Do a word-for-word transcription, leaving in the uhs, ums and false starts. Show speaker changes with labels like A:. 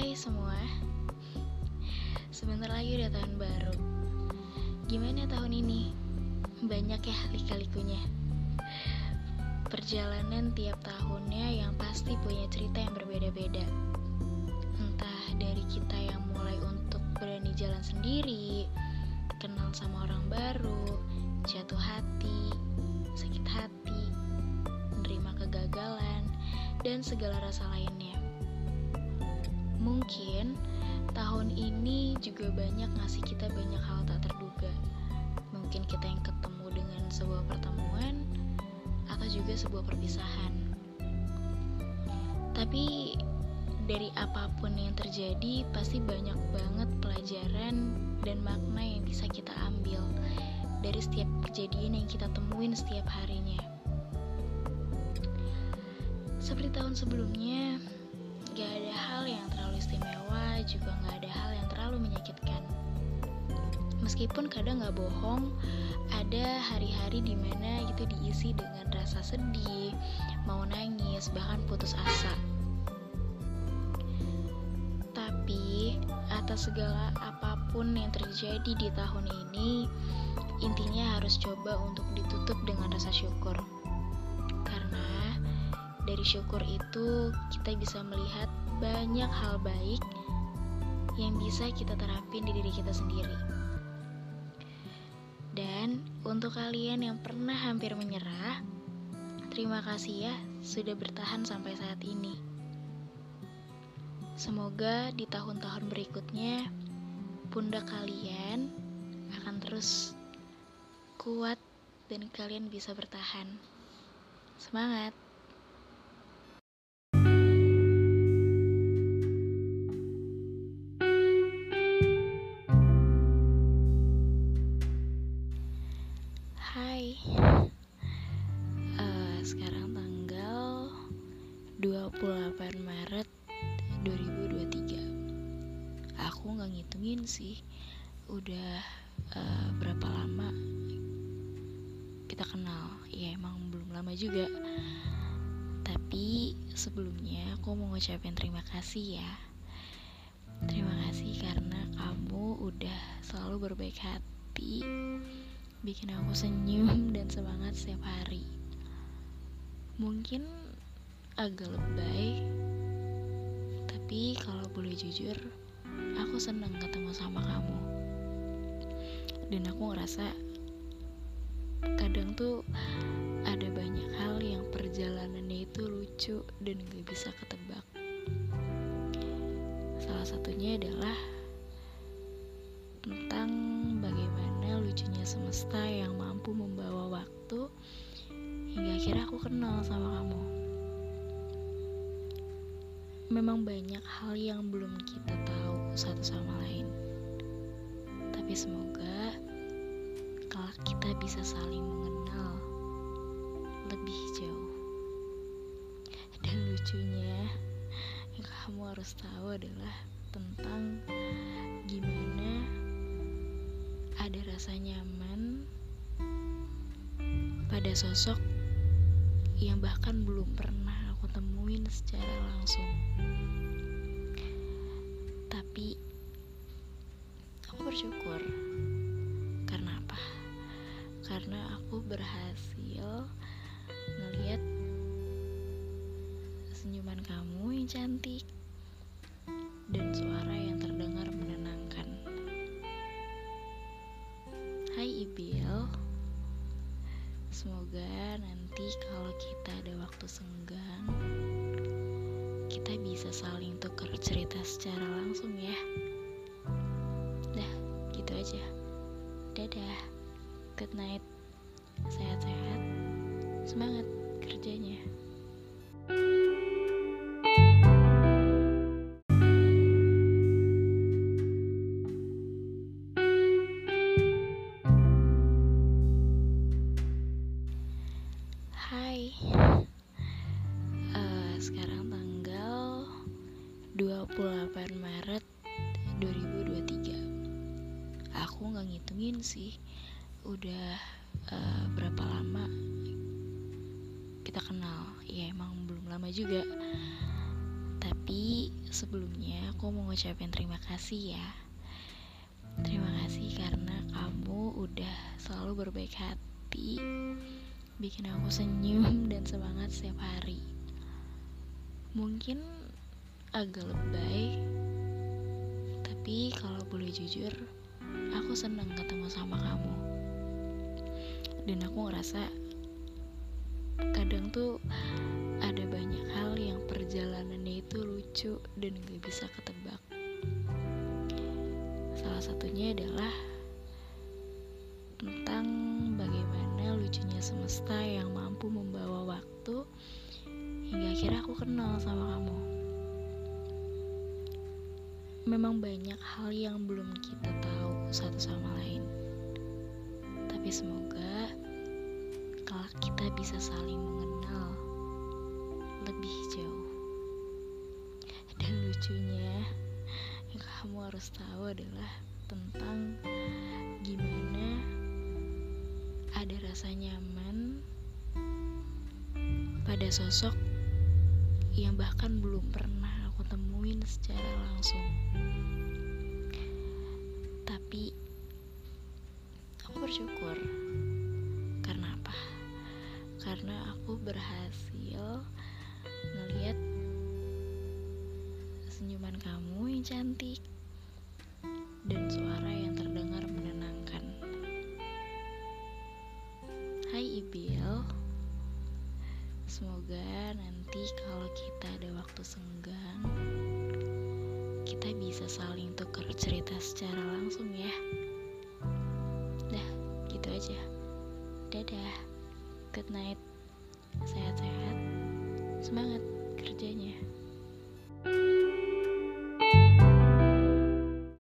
A: Hai semua, sebentar lagi udah tahun baru. Gimana tahun ini? Banyak ya lika-likunya. Perjalanan tiap tahunnya yang pasti punya cerita yang berbeda-beda. Entah dari kita yang mulai untuk berani jalan sendiri, kenal sama orang baru, jatuh hati, sakit hati, menerima kegagalan, dan segala rasa lainnya. Mungkin tahun ini juga banyak ngasih kita banyak hal tak terduga. Mungkin kita yang ketemu dengan sebuah pertemuan atau juga sebuah perpisahan. Tapi dari apapun yang terjadi pasti banyak banget pelajaran dan makna yang bisa kita ambil dari setiap kejadian yang kita temuin setiap harinya. Seperti tahun sebelumnya, gak ada hal yang terlalu istimewa, juga gak ada hal yang terlalu menyakitkan. Meskipun kadang gak bohong, ada hari-hari dimana itu diisi dengan rasa sedih, mau nangis, bahkan putus asa. Tapi atas segala apapun yang terjadi di tahun ini, intinya harus coba untuk ditutup dengan rasa syukur. Karena dari syukur itu kita bisa melihat banyak hal baik yang bisa kita terapin di diri kita sendiri. Dan untuk kalian yang pernah hampir menyerah, terima kasih ya sudah bertahan sampai saat ini. Semoga di tahun-tahun berikutnya pundak kalian akan terus kuat dan kalian bisa bertahan. Semangat! Hai, uh, sekarang tanggal dua puluh delapan Maret dua ribu dua puluh tiga. Aku gak ngitungin sih udah uh, berapa lama kita kenal. Ya emang belum lama juga. Tapi sebelumnya aku mau ngucapin terima kasih ya. Terima kasih karena kamu udah selalu berbaik hati, bikin aku senyum dan semangat setiap hari. Mungkin agak lebay, tapi kalau boleh jujur, aku senang ketemu sama kamu. Dan aku ngerasa kadang tuh ada banyak hal yang perjalanannya itu lucu dan gak bisa ketebak. Salah satunya adalah tentang bagaimana lucunya semesta yang mampu membawa waktu hingga akhirnya aku kenal sama kamu. Memang banyak hal yang belum kita tahu satu sama lain, tapi semoga kelak kita bisa saling mengenal lebih jauh. Dan lucunya yang kamu harus tahu adalah tentang gimana ada rasa nyaman pada sosok yang bahkan belum pernah aku temuin secara langsung. Tapi aku bersyukur. Karena apa? Karena aku berhasil ngelihat senyuman kamu yang cantik dan suara yang terdengar menenangkan. Hai Ibil, semoga nanti kalau kita ada waktu senggang, kita bisa saling tukar cerita secara langsung ya. Dah, gitu aja. Dadah, good night, sehat-sehat, semangat kerjanya. Hai, uh, sekarang tanggal dua puluh delapan Maret dua ribu dua puluh tiga. Aku gak ngitungin sih udah uh, berapa lama kita kenal. Ya emang belum lama juga. Tapi Sebelumnya aku mau ngucapin terima kasih ya. Terima kasih karena kamu udah selalu berbaik hati, bikin aku senyum dan semangat setiap hari. Mungkin agak lebay, tapi kalau boleh jujur, aku senang ketemu sama kamu. Dan aku ngerasa kadang tuh ada banyak hal yang perjalanannya itu lucu dan gak bisa ketebak. Salah satunya adalah tentang bagaimana lucunya semesta yang mampu membawa waktu hingga akhirnya aku kenal sama kamu. Memang banyak hal yang belum kita tahu satu sama lain, tapi semoga kelak kita bisa saling mengenal lebih jauh. Dan lucunya yang kamu harus tahu adalah tentang gimana ada rasa nyaman pada sosok yang bahkan belum pernah aku temuin secara langsung. Tapi aku bersyukur. Karena apa? Karena aku berhasil ngelihat senyuman kamu yang cantik dan suara yang terdengar menenangkan. Hai Ibil, semoga nanti kalau kita ada waktu senggang, kita bisa saling tukar cerita secara langsung ya. Dah, gitu aja. Dadah, good night, sehat-sehat, semangat kerjanya.